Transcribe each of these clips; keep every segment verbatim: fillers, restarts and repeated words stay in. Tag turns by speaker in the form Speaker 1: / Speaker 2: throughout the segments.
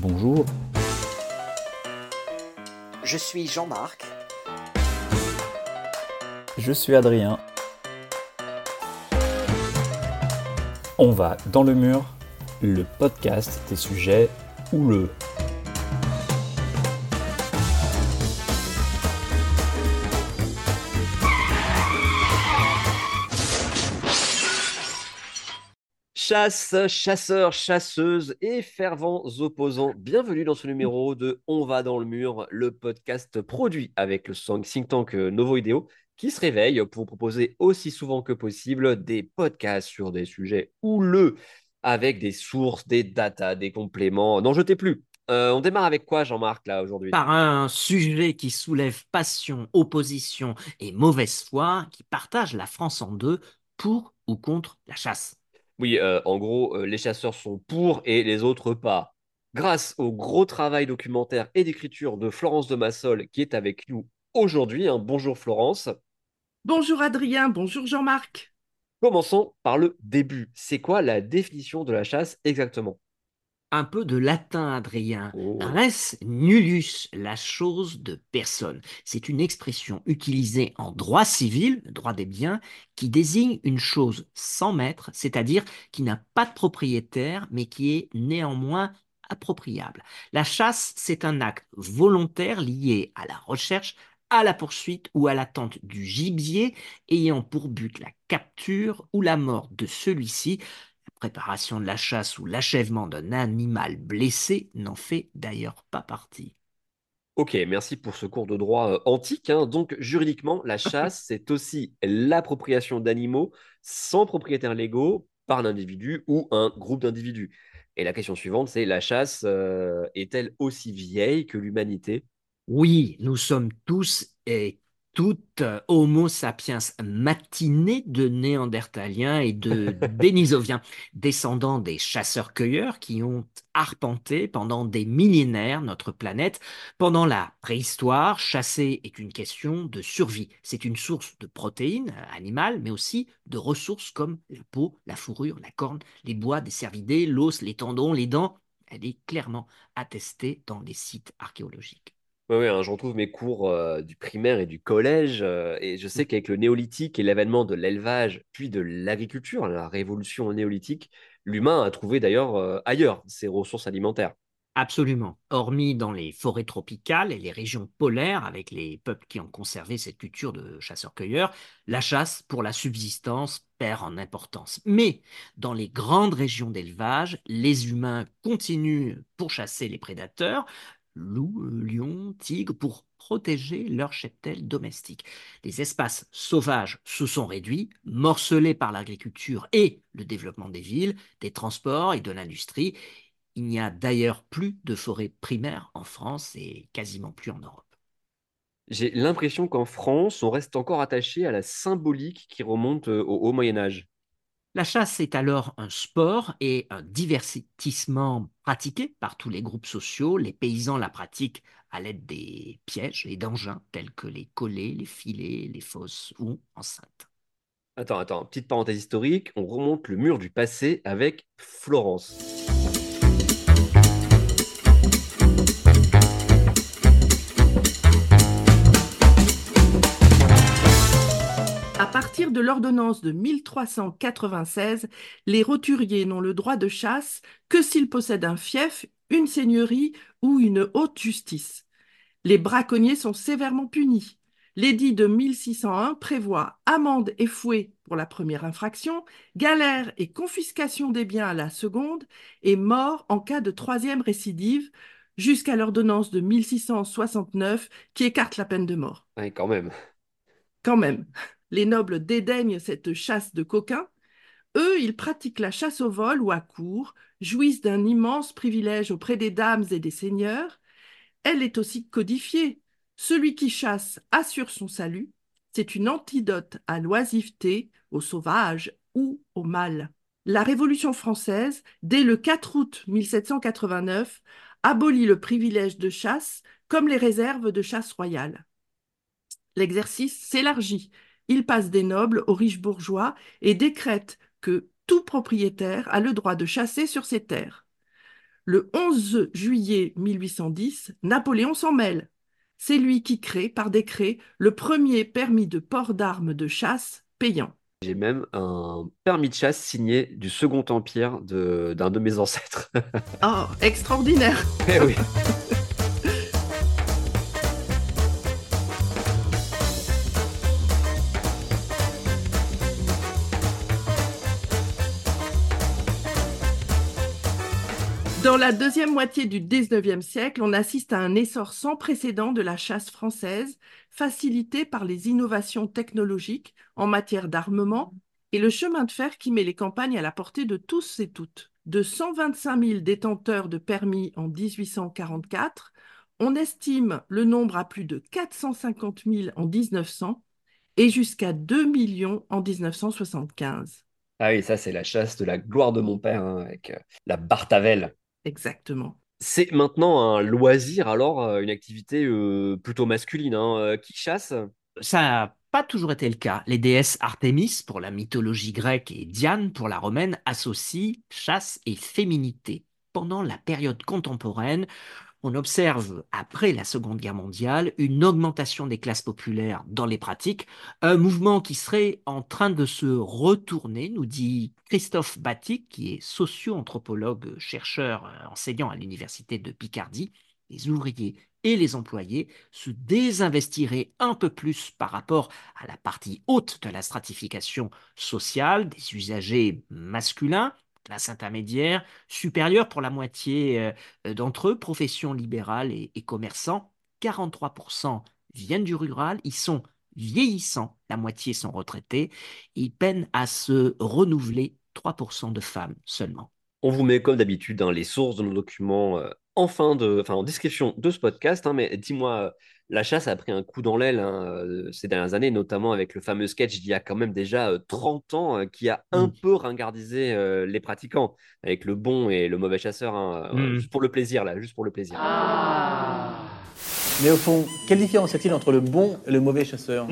Speaker 1: Bonjour.
Speaker 2: Je suis Jean-Marc.
Speaker 1: Je suis Adrien. On va dans le mur, le podcast des sujets houleux.
Speaker 3: Chasse, chasseurs, chasseuses et fervents opposants, bienvenue dans ce numéro de On va dans le mur, le podcast produit avec le think tank Novo Ideo qui se réveille pour proposer aussi souvent que possible des podcasts sur des sujets houleux avec des sources, des datas, des compléments. N'en jetez plus. Euh, on démarre avec quoi, Jean-Marc, là, aujourd'hui?
Speaker 4: Par un sujet qui soulève passion, opposition et mauvaise foi, qui partage la France en deux, pour ou contre la chasse.
Speaker 3: Oui, euh, en gros, euh, les chasseurs sont pour et les autres pas. Grâce au gros travail documentaire et d'écriture de Florence de Massol, qui est avec nous aujourd'hui, hein. Bonjour Florence.
Speaker 5: Bonjour Adrien, bonjour Jean-Marc.
Speaker 3: Commençons par le début. C'est quoi la définition de la chasse exactement?
Speaker 4: Un peu de latin, Adrien.
Speaker 3: Oh.
Speaker 4: Res nullius, la chose de personne. C'est une expression utilisée en droit civil, le droit des biens, qui désigne une chose sans maître, c'est-à-dire qui n'a pas de propriétaire, mais qui est néanmoins appropriable. La chasse, c'est un acte volontaire lié à la recherche, à la poursuite ou à l'attente du gibier, ayant pour but la capture ou la mort de celui-ci. La préparation de la chasse ou l'achèvement d'un animal blessé n'en fait d'ailleurs pas partie.
Speaker 3: Ok, merci pour ce cours de droit euh, antique, hein. Donc, juridiquement, la chasse, c'est aussi l'appropriation d'animaux sans propriétaires légaux par un individu ou un groupe d'individus. Et la question suivante, c'est la chasse euh, est-elle aussi vieille que l'humanité?
Speaker 4: Oui, nous sommes tous et toutes euh, Homo sapiens matinés de Néandertaliens et de Dénisoviens, descendants des chasseurs-cueilleurs qui ont arpenté pendant des millénaires notre planète. Pendant la préhistoire, chasser est une question de survie. C'est une source de protéines euh, animales, mais aussi de ressources comme la peau, la fourrure, la corne, les bois des cervidés, l'os, les tendons, les dents. Elle est clairement attestée dans les sites archéologiques.
Speaker 3: Oui, oui, hein, je retrouve mes cours euh, du primaire et du collège, euh, et je sais qu'avec le néolithique et l'avènement de l'élevage, puis de l'agriculture, la révolution néolithique, l'humain a trouvé d'ailleurs euh, ailleurs ses ressources alimentaires.
Speaker 4: Absolument. Hormis dans les forêts tropicales et les régions polaires, avec les peuples qui ont conservé cette culture de chasseurs-cueilleurs, la chasse pour la subsistance perd en importance. Mais dans les grandes régions d'élevage, les humains continuent pour chasser les prédateurs, loups, euh, lions, tigres, pour protéger leur cheptel domestique. Les espaces sauvages se sont réduits, morcelés par l'agriculture et le développement des villes, des transports et de l'industrie. Il n'y a d'ailleurs plus de forêt primaire en France et quasiment plus en Europe.
Speaker 3: J'ai l'impression qu'en France, on reste encore attaché à la symbolique qui remonte euh, au haut Moyen Âge.
Speaker 4: La chasse est alors un sport et un divertissement pratiqué par tous les groupes sociaux. Les paysans la pratiquent à l'aide des pièges et d'engins tels que les collets, les filets, les fosses ou enceintes.
Speaker 3: Attends, attends, petite parenthèse historique, on remonte le mur du passé avec Florence.
Speaker 5: À partir de l'ordonnance de mille trois cent quatre-vingt-seize, les roturiers n'ont le droit de chasse que s'ils possèdent un fief, une seigneurie ou une haute justice. Les braconniers sont sévèrement punis. L'édit de mille six cent un prévoit amende et fouet pour la première infraction, galère et confiscation des biens à la seconde, et mort en cas de troisième récidive, jusqu'à l'ordonnance de mille six cent soixante-neuf qui écarte la peine de mort.
Speaker 3: Ouais, quand même.
Speaker 5: Quand même, les nobles dédaignent cette chasse de coquins. Eux, ils pratiquent la chasse au vol ou à courre, jouissent d'un immense privilège auprès des dames et des seigneurs. Elle est aussi codifiée. Celui qui chasse assure son salut. C'est une antidote à l'oisiveté, au sauvage ou au mal. La Révolution française, dès le quatre août mille sept cent quatre-vingt-neuf, abolit le privilège de chasse comme les réserves de chasse royale. L'exercice s'élargit. Il passe des nobles aux riches bourgeois et décrète que tout propriétaire a le droit de chasser sur ses terres. Le onze juillet mille huit cent dix, Napoléon s'en mêle. C'est lui qui crée, par décret, le premier permis de port d'armes de chasse payant.
Speaker 3: J'ai même un permis de chasse signé du Second Empire de, d'un de mes ancêtres.
Speaker 5: Oh, extraordinaire!
Speaker 3: Eh oui.
Speaker 5: Dans la deuxième moitié du dix-neuvième siècle, on assiste à un essor sans précédent de la chasse française, facilité par les innovations technologiques en matière d'armement et le chemin de fer qui met les campagnes à la portée de tous et toutes. De cent vingt-cinq mille détenteurs de permis en dix-huit cent quarante-quatre, on estime le nombre à plus de quatre cent cinquante mille en mille neuf cents et jusqu'à deux millions en mille neuf cent soixante-quinze.
Speaker 3: Ah oui, ça c'est la chasse de la gloire de mon père, hein, avec euh, la Bartavelle.
Speaker 5: Exactement.
Speaker 3: C'est maintenant un loisir, alors, euh, une activité euh, plutôt masculine, hein. Euh, qui chasse?
Speaker 4: Ça n'a pas toujours été le cas. Les déesses Artémis pour la mythologie grecque et Diane pour la romaine associent chasse et féminité. Pendant la période contemporaine, on observe, après la Seconde Guerre mondiale, une augmentation des classes populaires dans les pratiques, un mouvement qui serait en train de se retourner, nous dit Christophe Batik, qui est socio-anthropologue, chercheur, euh, enseignant à l'université de Picardie. Les ouvriers et les employés se désinvestiraient un peu plus par rapport à la partie haute de la stratification sociale, des usagers masculins, classe intermédiaire, supérieure pour la moitié euh, d'entre eux, profession libérale et, et commerçants. quarante-trois pour cent viennent du rural, ils sont vieillissants, la moitié sont retraités, ils peinent à se renouveler, trois pour cent de femmes seulement.
Speaker 3: On vous met comme d'habitude, hein, les sources de nos documents euh, en fin de, enfin, en description de ce podcast, hein, mais dis-moi, euh, la chasse a pris un coup dans l'aile, hein, euh, ces dernières années, notamment avec le fameux sketch d'il y a quand même déjà euh, trente ans, euh, qui a un
Speaker 4: Mm.
Speaker 3: peu ringardisé euh, les pratiquants, avec le bon et le mauvais chasseur, hein, euh,
Speaker 4: Mm.
Speaker 3: juste pour le plaisir, là, juste pour le plaisir.
Speaker 1: Mais au fond, quelle différence y a-t-il entre le bon et le mauvais chasseur?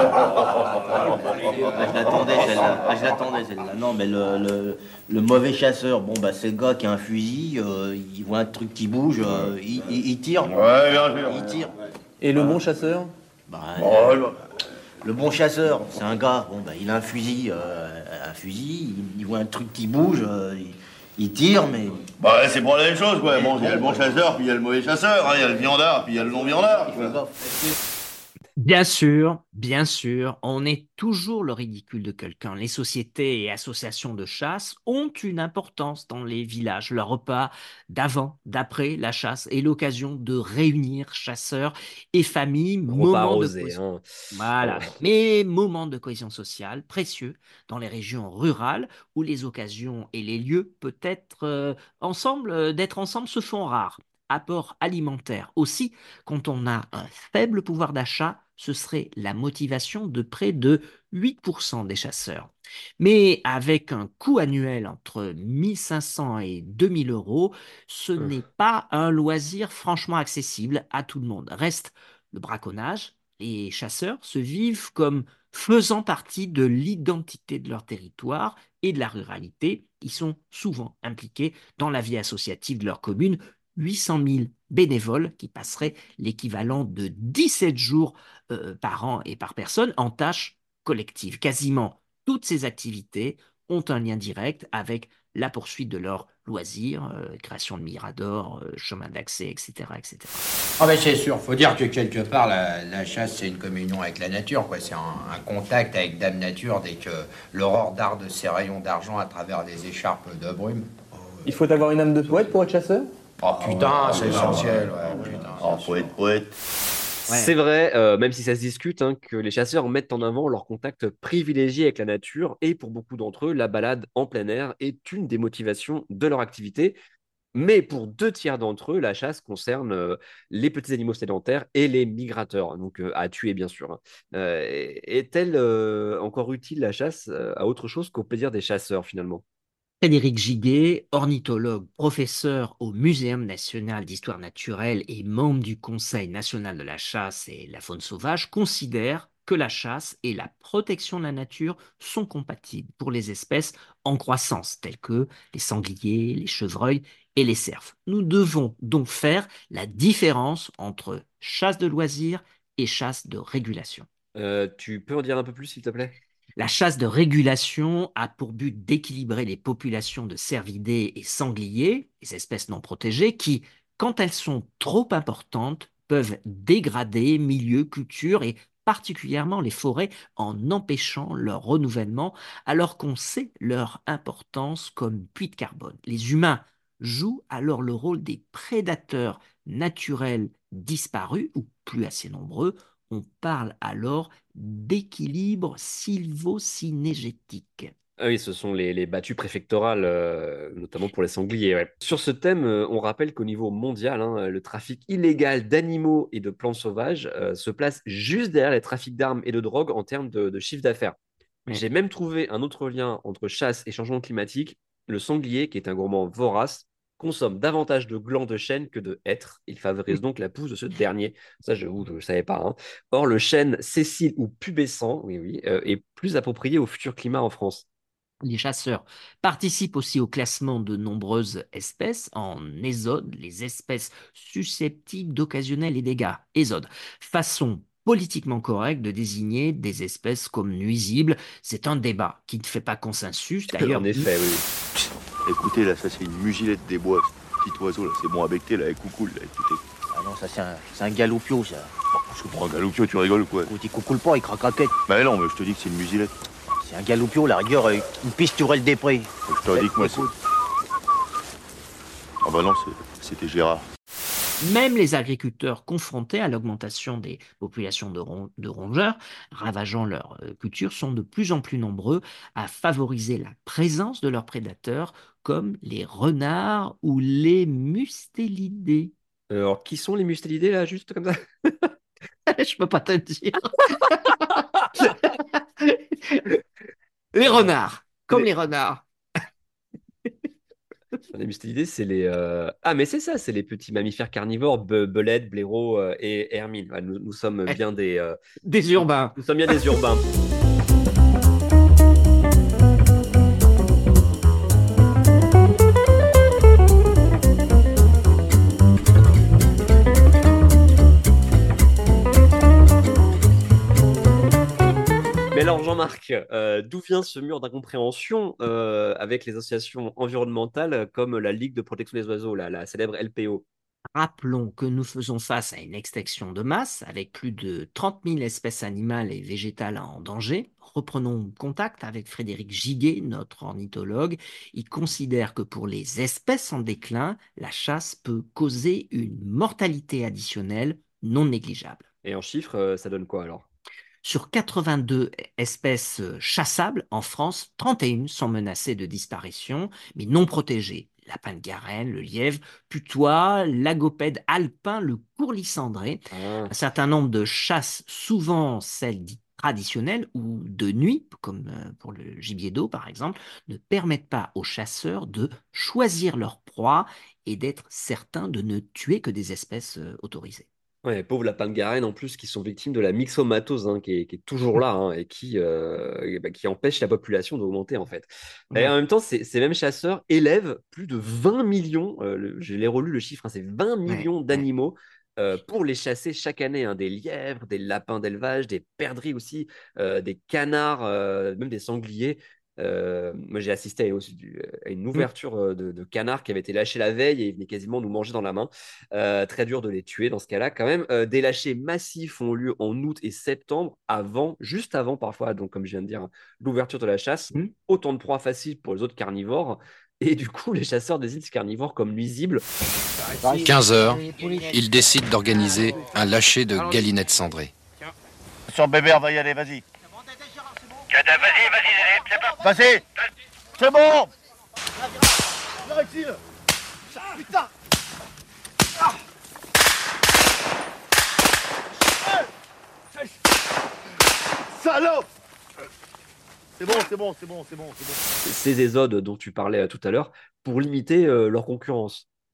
Speaker 6: Ah, je l'attendais celle-là. Ah, je l'attendais celle-là. Non, mais le, le, le mauvais chasseur, bon bah c'est le gars qui a un fusil, euh, il voit un truc qui bouge, euh, il, il- il tire.
Speaker 7: Ouais, bien sûr.
Speaker 6: Il tire.
Speaker 1: Et le bon chasseur?
Speaker 6: Bah,
Speaker 7: Oh,
Speaker 6: euh,
Speaker 7: le-
Speaker 6: le bon chasseur, c'est un gars, bon bah il a un fusil, euh, un fusil, il, il voit un truc qui bouge, euh, il, il tire, mais
Speaker 7: Bah, c'est pour la même chose, quoi. Bon, il y a le bon chasseur, puis il y a le mauvais chasseur, hein. Il y a le viandard, puis il y a le non-viandard.
Speaker 6: il fait gaffe.
Speaker 4: Bien sûr, bien sûr, on est toujours le ridicule de quelqu'un. Les sociétés et associations de chasse ont une importance dans les villages. Le repas d'avant, d'après la chasse est l'occasion de réunir chasseurs et familles,
Speaker 3: Repas
Speaker 4: moments de
Speaker 3: arrosé,
Speaker 4: cohésion.
Speaker 3: hein.
Speaker 4: Voilà,
Speaker 3: Oh.
Speaker 4: mais moments de cohésion sociale précieux dans les régions rurales où les occasions et les lieux peut-être euh, ensemble, euh, d'être ensemble se font rares. Apport alimentaire aussi, quand on a un faible pouvoir d'achat, ce serait la motivation de près de huit pour cent des chasseurs. Mais avec un coût annuel entre mille cinq cents et deux mille euros, ce
Speaker 3: Euh.
Speaker 4: n'est pas un loisir franchement accessible à tout le monde. Reste le braconnage. Les chasseurs se vivent comme faisant partie de l'identité de leur territoire et de la ruralité. Ils sont souvent impliqués dans la vie associative de leur commune. huit cent mille bénévoles qui passeraient l'équivalent de dix-sept jours euh, par an et par personne en tâches collectives. Quasiment toutes ces activités ont un lien direct avec la poursuite de leurs loisirs, euh, création de miradors, euh, chemin d'accès, et cetera, et cetera.
Speaker 8: Ah ben c'est sûr, faut dire que quelque part la, la chasse c'est une communion avec la nature, quoi. C'est un, un contact avec Dame Nature dès que l'aurore darde ses rayons d'argent à travers les écharpes de brume.
Speaker 1: Il faut avoir une âme de poète pour être chasseur?
Speaker 8: Oh putain, c'est essentiel, ouais, putain.
Speaker 7: Oh,
Speaker 8: c'est
Speaker 7: poète,
Speaker 8: sûr.
Speaker 7: poète.
Speaker 4: Ouais.
Speaker 3: C'est vrai, euh, même si ça se discute, hein, que les chasseurs mettent en avant leur contact privilégié avec la nature, et pour beaucoup d'entre eux, la balade en plein air est une des motivations de leur activité. Mais pour deux tiers d'entre eux, la chasse concerne euh, les petits animaux sédentaires et les migrateurs, donc euh, à tuer bien sûr, hein. Euh, est-elle euh, encore utile, la chasse, euh, à autre chose qu'au plaisir des chasseurs finalement?
Speaker 4: Frédéric Giguet, ornithologue, professeur au Muséum national d'histoire naturelle et membre du Conseil national de la chasse et la faune sauvage, considère que la chasse et la protection de la nature sont compatibles pour les espèces en croissance, telles que les sangliers, les chevreuils et les cerfs. Nous devons donc faire la différence entre chasse de loisirs et chasse de régulation.
Speaker 3: Euh, tu peux en dire un peu plus, s'il te plaît?
Speaker 4: La chasse de régulation a pour but d'équilibrer les populations de cervidés et sangliers, les espèces non protégées, qui, quand elles sont trop importantes, peuvent dégrader milieux, cultures et particulièrement les forêts en empêchant leur renouvellement, alors qu'on sait leur importance comme puits de carbone. Les humains jouent alors le rôle des prédateurs naturels disparus, ou plus assez nombreux. On parle alors d'équilibre sylvocinégétique.
Speaker 3: Ah oui, ce sont les, les battues préfectorales, euh, notamment pour les sangliers. Ouais. Sur ce thème, euh, on rappelle qu'au niveau mondial, hein, le trafic illégal d'animaux et de plantes sauvages euh, se place juste derrière les trafics d'armes et de drogue en termes de, de chiffre d'affaires.
Speaker 4: Ouais.
Speaker 3: J'ai même trouvé un autre lien entre chasse et changement climatique. Le sanglier, qui est un gourmand vorace, consomme davantage de glands de chêne que de hêtres. Il favorise donc la pousse de ce dernier. Ça, je ne savais pas. Hein. Or, le chêne sessile ou pubescent, oui, oui, euh, est plus approprié au futur climat en France.
Speaker 4: Les chasseurs participent aussi au classement de nombreuses espèces en ésode, les espèces susceptibles d'occasionner les dégâts. Ésode, façon politiquement correcte de désigner des espèces comme nuisibles. C'est un débat qui ne fait pas consensus. D'ailleurs,
Speaker 3: En effet, oui.
Speaker 7: Écoutez, là, ça, c'est une musilette des bois. Ce petit oiseau, là, c'est bon à becter, là, avec coucoule, là, écoutez.
Speaker 6: Ah non, ça c'est un, c'est un galoupio, ça.
Speaker 7: Je prends un galoupio, tu rigoles ou quoi?
Speaker 6: Écoute, il coucoule pas, il craque la quête.
Speaker 7: Bah non, mais je te dis que c'est une musilette.
Speaker 6: C'est un galoupio, la rigueur, euh, une pisturelle des prés.
Speaker 7: Je te dis que moi, c'est... Ah bah non, c'est- c'était Gérard.
Speaker 4: même les agriculteurs confrontés à l'augmentation des populations de, ron- de rongeurs ravageant leur euh, culture sont de plus en plus nombreux à favoriser la présence de leurs prédateurs comme les renards ou les mustélidés.
Speaker 3: Alors, qui sont les mustélidés, là, juste comme ça?
Speaker 4: Je peux pas te dire. Les renards, comme
Speaker 3: Les-
Speaker 4: les renards.
Speaker 3: Les mustélidés, c'est les... euh, Ah, mais c'est ça, c'est les petits mammifères carnivores, be- belettes, blaireaux euh, et hermines. Ouais, nous, nous sommes
Speaker 4: Eh,
Speaker 3: bien des... euh,
Speaker 4: Des urbains.
Speaker 3: Nous sommes bien des urbains. Mais alors, Jean-Marc, euh, d'où vient ce mur d'incompréhension euh, avec les associations environnementales comme la Ligue de protection des oiseaux, la, la célèbre L P O?
Speaker 4: Rappelons que nous faisons face à une extinction de masse avec plus de trente mille espèces animales et végétales en danger. Reprenons contact avec Frédéric Giguet, notre ornithologue. Il considère que pour les espèces en déclin, la chasse peut causer une mortalité additionnelle non négligeable.
Speaker 3: Et en chiffres, euh, ça donne quoi alors?
Speaker 4: Sur quatre-vingt-deux espèces chassables en France, trente et une sont menacées de disparition, mais non protégées. Lapin de Garenne, le lièvre, putois, l'agopède alpin, le courlis cendré.
Speaker 3: Ah.
Speaker 4: Un certain nombre de chasses, souvent celles dites traditionnelles ou de nuit, comme euh, pour le gibier d'eau par exemple, ne permettent pas aux chasseurs de choisir leur proie et d'être certains de ne tuer que des espèces euh, autorisées.
Speaker 3: Ouais, pauvres lapins de Garenne en plus qui sont victimes de la myxomatose hein, qui est, qui est toujours là hein, et qui, euh, et bah, qui empêche la population d'augmenter en fait. Et en même temps, ces, ces mêmes chasseurs élèvent plus de vingt millions, euh, le- je l'ai relu le chiffre, hein, c'est vingt
Speaker 4: Ouais,
Speaker 3: millions
Speaker 4: ouais.
Speaker 3: d'animaux euh, pour les chasser chaque année. Hein, des lièvres, des lapins d'élevage, des perdrix aussi, euh, des canards, euh, même des sangliers. Euh, moi, j'ai assisté à, aussi du- à une
Speaker 4: Mm.
Speaker 3: ouverture euh, de, de canards qui avait été lâché la veille et ils venaient quasiment nous manger dans la main. Euh, très dur de les tuer dans ce cas-là, quand même. Euh, des lâchers massifs ont lieu en août et septembre, avant, juste avant parfois, donc comme je viens de dire, hein, l'ouverture de la chasse.
Speaker 4: Mm.
Speaker 3: Autant de proies faciles pour les autres carnivores. Et du coup, les chasseurs désignent ces carnivores comme nuisibles.
Speaker 9: quinze heures, ils décident d'organiser un lâcher de galinettes cendrées.
Speaker 7: Sur Bébert, va y aller, vas-y. Vas-y, vas-y, c'est pas... Vas-y. C'est bon. Putain. Salope. C'est bon, c'est bon, c'est bon, c'est bon, c'est bon.
Speaker 3: Ces ésodes dont tu parlais euh, tout à l'heure, pour limiter euh, leur concurrence.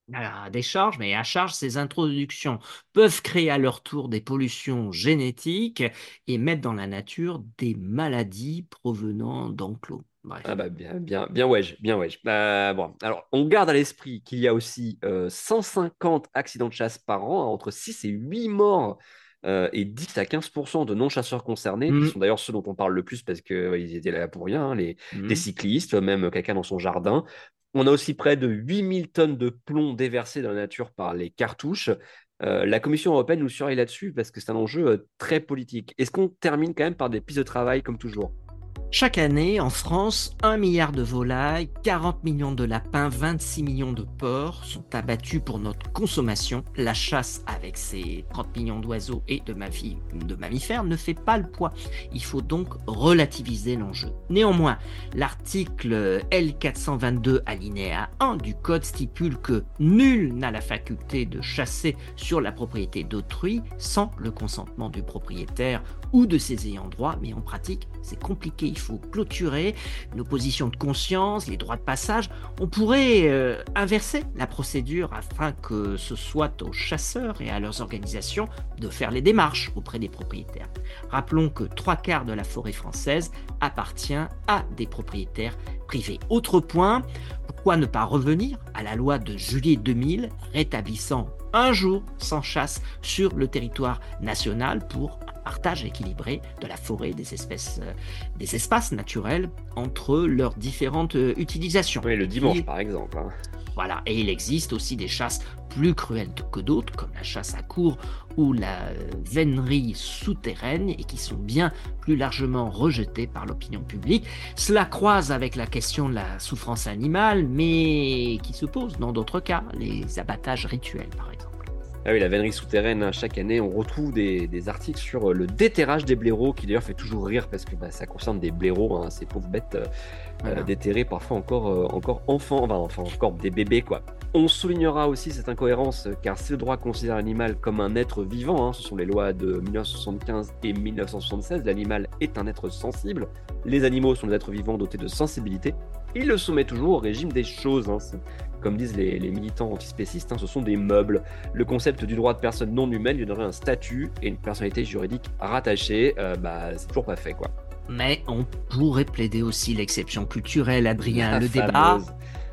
Speaker 4: à décharge, mais à charge, ces introductions peuvent créer à leur tour des pollutions génétiques et mettre dans la nature des maladies provenant d'enclos. Bref.
Speaker 3: Ah bah bien, bien, bien ouais, bien ouais. Euh, bon, alors on garde à l'esprit qu'il y a aussi euh, cent cinquante accidents de chasse par an, hein, entre six et huit morts euh, et dix à quinze pour cent de non-chasseurs concernés, qui
Speaker 4: Mmh.
Speaker 3: sont d'ailleurs ceux dont on parle le plus parce qu'ils étaient là pour rien, hein, les,
Speaker 4: Mmh.
Speaker 3: des cyclistes, même quelqu'un dans son jardin. On a aussi près de huit mille tonnes de plomb déversées dans la nature par les cartouches. Euh, la Commission européenne nous surveille là-dessus parce que c'est un enjeu euh, très politique. Est-ce qu'on termine quand même par des pistes de travail comme toujours?
Speaker 4: Chaque année, en France, un milliard de volailles, quarante millions de lapins, vingt-six millions de porcs sont abattus pour notre consommation. La chasse avec ses trente millions d'oiseaux et de, mafi- de mammifères ne fait pas le poids. Il faut donc relativiser l'enjeu. Néanmoins, l'article L quatre cent vingt-deux alinéa un du Code stipule que nul n'a la faculté de chasser sur la propriété d'autrui sans le consentement du propriétaire ou de ses ayants droit, mais en pratique, c'est compliqué. Il faut clôturer une opposition de conscience, les droits de passage. On pourrait euh, inverser la procédure afin que ce soit aux chasseurs et à leurs organisations de faire les démarches auprès des propriétaires. Rappelons que trois quarts de la forêt française appartient à des propriétaires privés. Autre point, pourquoi ne pas revenir à la loi de juillet deux mille rétablissant un jour sans chasse sur le territoire national pour un partage équilibré de la forêt, des espèces, euh, des espaces naturels entre leurs différentes euh, utilisations.
Speaker 3: Oui, le dimanche
Speaker 4: Et,
Speaker 3: par exemple. Hein.
Speaker 4: Voilà, et il existe aussi des chasses plus cruelles que d'autres, comme la chasse à courre ou la euh, vénerie souterraine, et qui sont bien plus largement rejetées par l'opinion publique. Cela croise avec la question de la souffrance animale, mais qui se pose dans d'autres cas, les abattages rituels par exemple.
Speaker 3: Ah oui, la vénerie souterraine, hein, chaque année, on retrouve des, des articles sur euh, le déterrage des blaireaux, qui d'ailleurs fait toujours rire parce que bah, ça concerne des blaireaux, hein, ces pauvres bêtes euh,
Speaker 4: Voilà.
Speaker 3: euh, déterrées, parfois encore, euh, encore enfants, enfin, enfin encore des bébés, quoi. On soulignera aussi cette incohérence, euh, car si le droit considère l'animal comme un être vivant, hein, ce sont les lois de mille neuf cent soixante-quinze et mille neuf cent soixante-seize, l'animal est un être sensible, les animaux sont des êtres vivants dotés de sensibilité, il le soumet toujours au régime des choses, hein, c'est- comme disent les, les militants antispécistes, hein, ce sont des meubles. Le concept du droit de personne non humaine lui donnerait un statut et une personnalité juridique rattachée, euh, bah c'est toujours pas fait, quoi.
Speaker 4: Mais on pourrait plaider aussi l'exception culturelle, Adrien.
Speaker 3: La
Speaker 4: le débat,
Speaker 3: fameuse-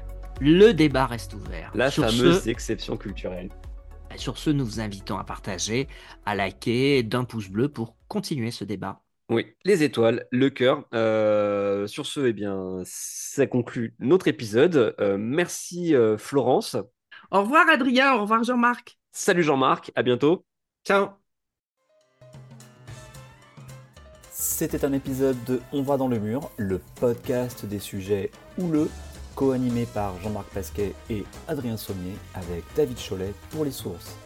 Speaker 4: le débat reste ouvert.
Speaker 3: La
Speaker 4: sur
Speaker 3: fameuse
Speaker 4: ce,
Speaker 3: exception culturelle.
Speaker 4: sur ce, nous vous invitons à partager, à liker d'un pouce bleu pour continuer ce débat.
Speaker 3: Oui, les étoiles, le cœur. Euh, sur ce, eh bien, ça conclut notre épisode. Euh, merci euh, Florence.
Speaker 5: Au revoir Adrien, au revoir Jean-Marc.
Speaker 3: Salut Jean-Marc, à bientôt.
Speaker 4: Ciao.
Speaker 1: C'était un épisode de On va dans le mur, le podcast des sujets houleux, co-animé par Jean-Marc Pasquet et Adrien Sommier avec David Cholet pour les sources.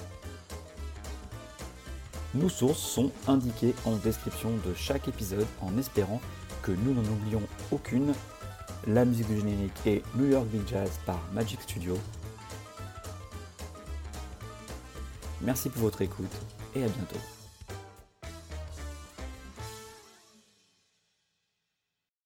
Speaker 1: Nos sources sont indiquées en description de chaque épisode en espérant que nous n'en oublions aucune. La musique du générique est New York Big Jazz par Magic Studio. Merci pour votre écoute et à bientôt.